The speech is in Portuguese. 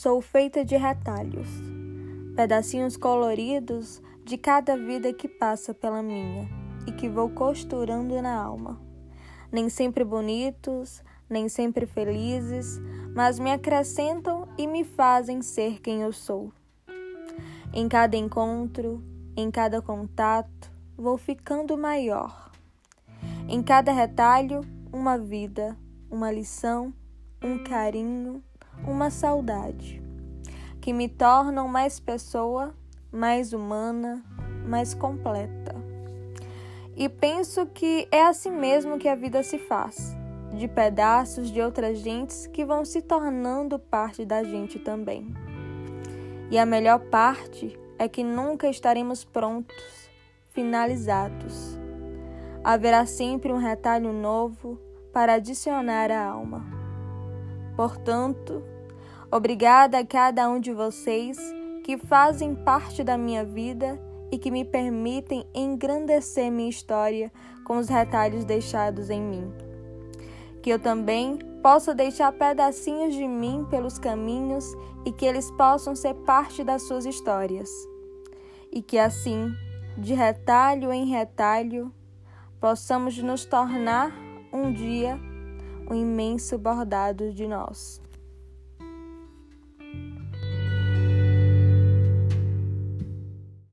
Sou feita de retalhos, pedacinhos coloridos de cada vida que passa pela minha e que vou costurando na alma. Nem sempre bonitos, nem sempre felizes, mas me acrescentam e me fazem ser quem eu sou. Em cada encontro, em cada contato, vou ficando maior. Em cada retalho, uma vida, uma lição, um carinho, uma saudade, que me tornam mais pessoa, mais humana, mais completa. E penso que é assim mesmo que a vida se faz, de pedaços de outras gentes que vão se tornando parte da gente também. E a melhor parte é que nunca estaremos prontos, finalizados. Haverá sempre um retalho novo para adicionar à alma. Portanto, obrigada a cada um de vocês que fazem parte da minha vida e que me permitem engrandecer minha história com os retalhos deixados em mim. Que eu também possa deixar pedacinhos de mim pelos caminhos e que eles possam ser parte das suas histórias. E que assim, de retalho em retalho, possamos nos tornar um dia um imenso bordado de nós.